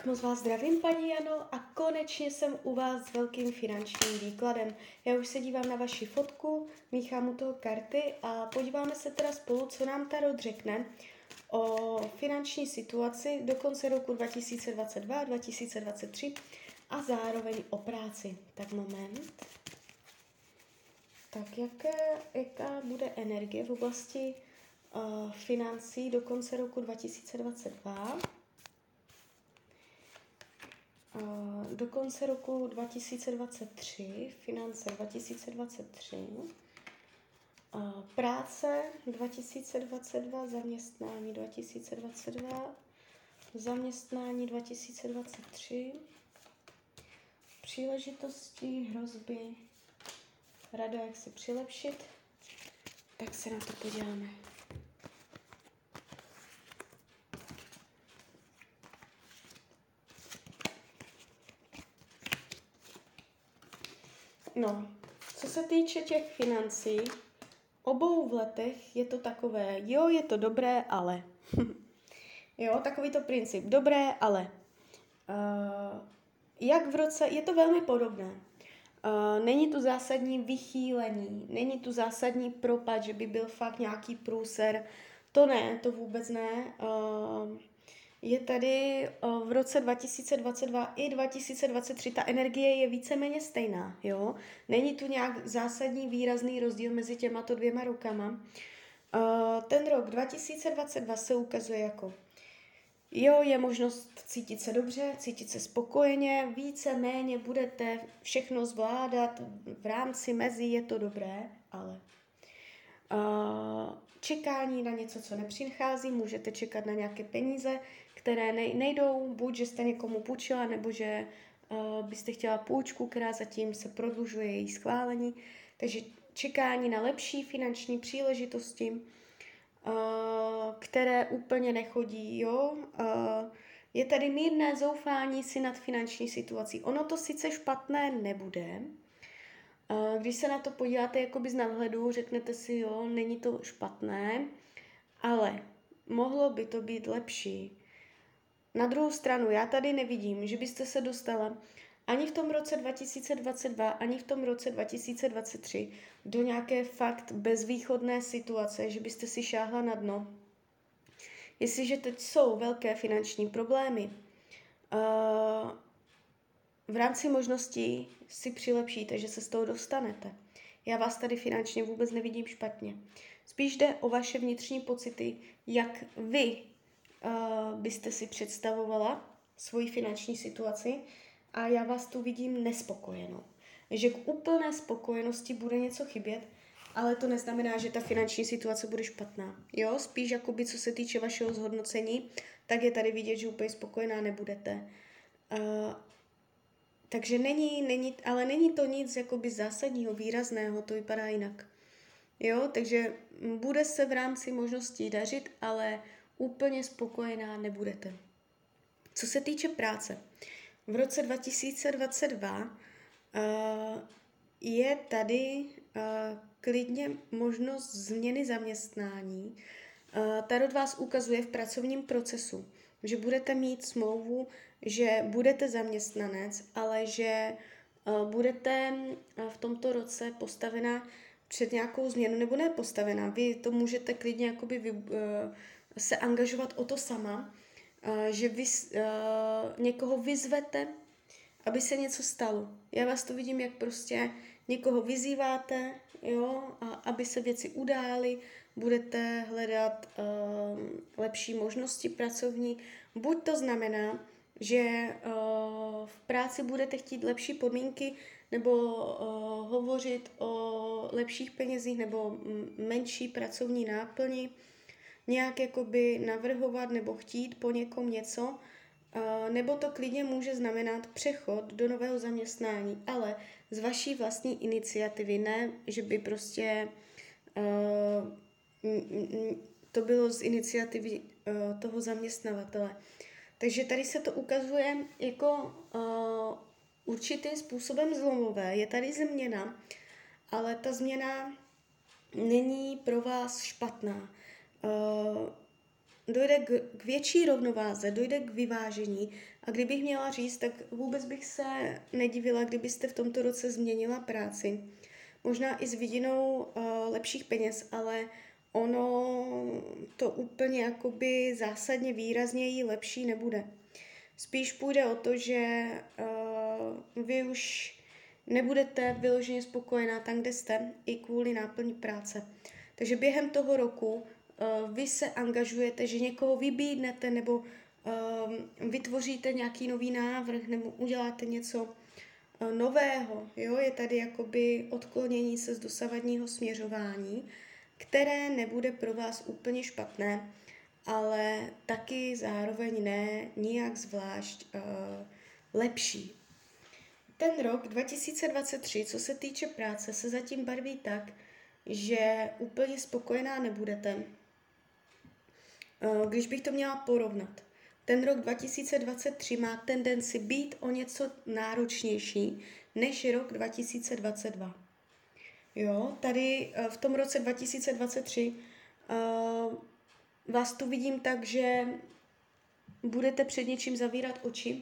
Moc vás zdravím, paní Jano, a konečně jsem u vás s velkým finančním výkladem. Já už se dívám na vaši fotku, míchám u toho karty a podíváme se teda spolu, co nám Tarot řekne o finanční situaci do konce roku 2022, 2023 a zároveň o práci. Tak moment. Tak jaká bude energie v oblasti financí do konce roku 2022? Do konce roku 2023, finance 2023, práce 2022, zaměstnání 2022, zaměstnání 2023, příležitosti, hrozby, rada, jak si přilepšit, tak se na to podíváme. No, co se týče těch financí, obou v letech je to takové, jo, je to dobré, ale. Jo, takový to princip, dobré, ale. Jak v roce, je to velmi podobné. Není tu zásadní vychýlení, není tu zásadní propad, že by byl fakt nějaký průser. To ne, to vůbec ne. Je tady v roce 2022 i 2023, ta energie je víceméně stejná, jo. Není tu nějak zásadní výrazný rozdíl mezi těmato dvěma rokama. Ten rok 2022 se ukazuje jako, jo, je možnost cítit se dobře, cítit se spokojeně, víceméně budete všechno zvládat, v rámci mezi je to dobré, ale čekání na něco, co nepřichází, můžete čekat na nějaké peníze, které nejdou, buď, že jste někomu půjčila, nebo že byste chtěla půjčku, která zatím se prodlužuje její schválení. Takže čekání na lepší finanční příležitosti, které úplně nechodí, jo. Je tady mírné zoufání si nad finanční situací. Ono to sice špatné nebude. Když se na to podíváte jakoby z nadhledu, řeknete si, jo, není to špatné, ale mohlo by to být lepší. Na druhou stranu, já tady nevidím, že byste se dostala ani v tom roce 2022, ani v tom roce 2023 do nějaké fakt bezvýchodné situace, že byste si šáhla na dno. Jestliže teď jsou velké finanční problémy, v rámci možností si přilepšíte, že se z toho dostanete. Já vás tady finančně vůbec nevidím špatně. Spíš jde o vaše vnitřní pocity, jak vy byste si představovala svoji finanční situaci a já vás tu vidím nespokojenou. Že k úplné spokojenosti bude něco chybět, ale to neznamená, že ta finanční situace bude špatná. Jo, spíš jakoby co se týče vašeho zhodnocení, tak je tady vidět, že úplně spokojená nebudete. Takže není to nic jakoby zásadního, výrazného, to vypadá jinak. Jo, takže bude se v rámci možností dařit, ale úplně spokojená nebudete. Co se týče práce, v roce 2022 je tady klidně možnost změny zaměstnání. Tarot vás ukazuje v pracovním procesu, že budete mít smlouvu, že budete zaměstnanec, ale že budete v tomto roce postavena před nějakou změnu, nebo ne postavená. Vy to můžete klidně jakoby se angažovat o to sama, že vy někoho vyzvete, aby se něco stalo. Já vás to vidím, jak prostě někoho vyzýváte, jo, a aby se věci udály, budete hledat lepší možnosti pracovní. Buď to znamená, že v práci budete chtít lepší podmínky, nebo hovořit o lepších penězích, nebo menší pracovní náplni, nějak jakoby navrhovat nebo chtít po někom něco, nebo to klidně může znamenat přechod do nového zaměstnání, ale z vaší vlastní iniciativy, ne, že by prostě to bylo z iniciativy toho zaměstnavatele. Takže tady se to ukazuje jako určitým způsobem zlomové. Je tady změna, ale ta změna není pro vás špatná. dojde k větší rovnováze, dojde k vyvážení. A kdybych měla říct, tak vůbec bych se nedivila, kdybyste v tomto roce změnila práci. Možná i s vidinou lepších peněz, ale ono to úplně jakoby zásadně výrazněji lepší nebude. Spíš půjde o to, že vy už nebudete vyloženě spokojená tam, kde jste, i kvůli náplní práce. Takže během toho roku vy se angažujete, že někoho vybídnete nebo vytvoříte nějaký nový návrh nebo uděláte něco nového. Jo? Je tady jakoby odklonění se z dosavadního směřování, které nebude pro vás úplně špatné, ale taky zároveň ne nijak zvlášť lepší. Ten rok 2023, co se týče práce, se zatím barví tak, že úplně spokojená nebudete. Když bych to měla porovnat, ten rok 2023 má tendenci být o něco náročnější než rok 2022. Jo, tady v tom roce 2023 vás tu vidím tak, že budete před něčím zavírat oči,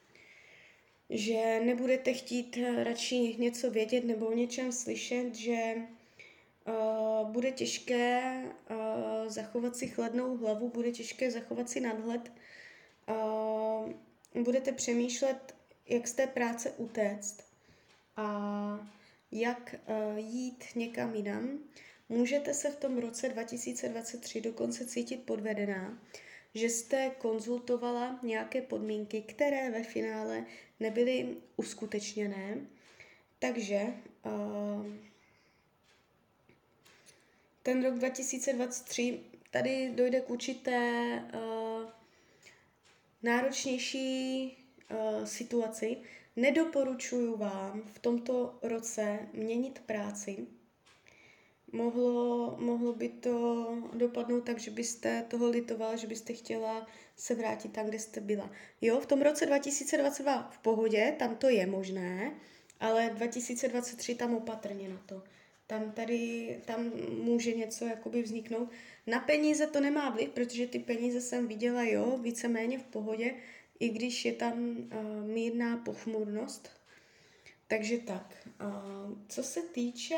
že nebudete chtít radši něco vědět nebo o něčem slyšet, že bude těžké zachovat si chladnou hlavu, bude těžké zachovat si nadhled, budete přemýšlet, jak z té práce utéct a jak jít někam jinam. Můžete se v tom roce 2023 dokonce cítit podvedená, že jste konzultovala nějaké podmínky, které ve finále nebyly uskutečněné. Takže ten rok 2023 tady dojde k určité náročnější situaci. Nedoporučuju vám v tomto roce měnit práci. Mohlo by to dopadnout tak, že byste toho litovala, že byste chtěla se vrátit tam, kde jste byla. Jo, v tom roce 2022 v pohodě, tam to je možné, ale 2023 tam opatrně na to. Tam může něco jakoby vzniknout. Na peníze to nemá vliv, protože ty peníze jsem viděla, jo, víceméně v pohodě, i když je tam mírná pochmurnost. Takže tak. Co se týče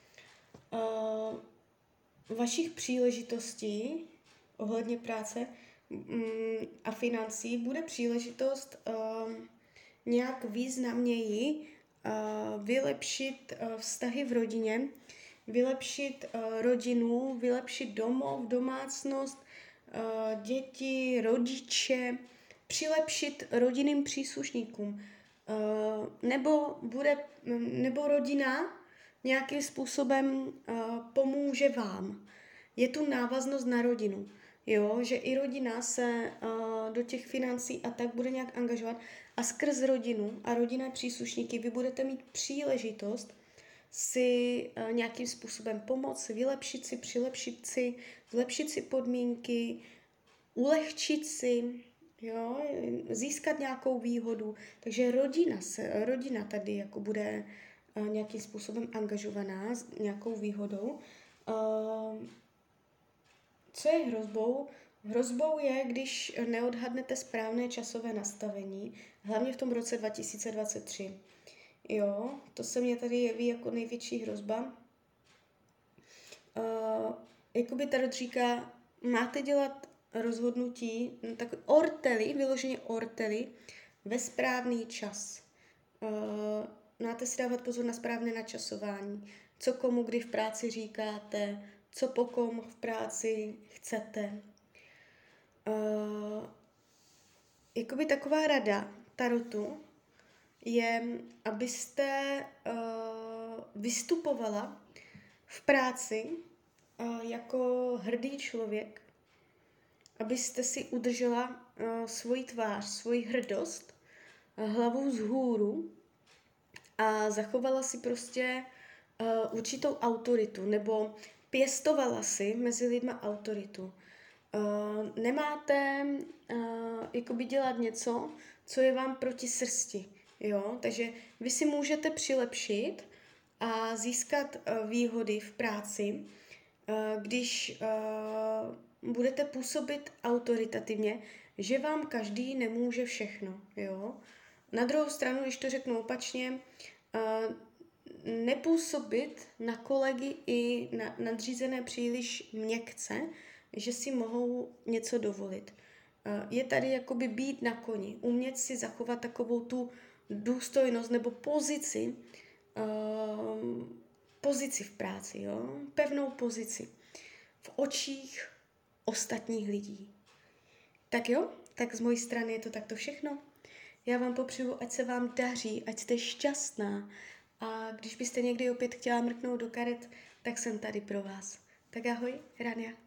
vašich příležitostí ohledně práce a financí, bude příležitost nějak významněji vylepšit vztahy v rodině, vylepšit rodinu, vylepšit domov, domácnost, děti, rodiče, přilepšit rodinným příslušníkům. Nebo rodina nějakým způsobem pomůže vám. Je tu návaznost na rodinu. Jo, že i rodina se do těch financí a tak bude nějak angažovat a skrz rodinu a rodinné příslušníky vy budete mít příležitost si nějakým způsobem pomoct, vylepšit si, přilepšit si, zlepšit si podmínky, ulehčit si, jo, získat nějakou výhodu. Takže rodina tady jako bude nějakým způsobem angažovaná s nějakou výhodou. Co je hrozbou? Hrozbou je, když neodhadnete správné časové nastavení, hlavně v tom roce 2023. Jo, to se mě tady jeví jako největší hrozba. Jakoby tarot říká, máte dělat rozhodnutí, tak vyloženě ortely, ve správný čas. Máte si dávat pozor na správné načasování. Co komu kdy v práci říkáte, co po kom v práci chcete. Jakoby taková rada tarotu je, abyste vystupovala v práci jako hrdý člověk, abyste si udržela svoji tvář, svoji hrdost, hlavu vzhůru a zachovala si prostě určitou autoritu, nebo pěstovala si mezi lidma autoritu. Nemáte jakoby dělat něco, co je vám proti srsti. Jo? Takže vy si můžete přilepšit a získat výhody v práci, když budete působit autoritativně, že vám každý nemůže všechno, jo. Na druhou stranu, když to řeknu opačně, nepůsobit na kolegy i na nadřízené příliš měkce, že si mohou něco dovolit. Je tady jakoby být na koni, umět si zachovat takovou tu důstojnost nebo pozici v práci, jo? Pevnou pozici v očích ostatních lidí. Tak jo, tak z mojí strany je to takto všechno. Já vám popřeju, ať se vám daří, ať jste šťastná a když byste někdy opět chtěla mrknout do karet, tak jsem tady pro vás. Tak ahoj, Rania.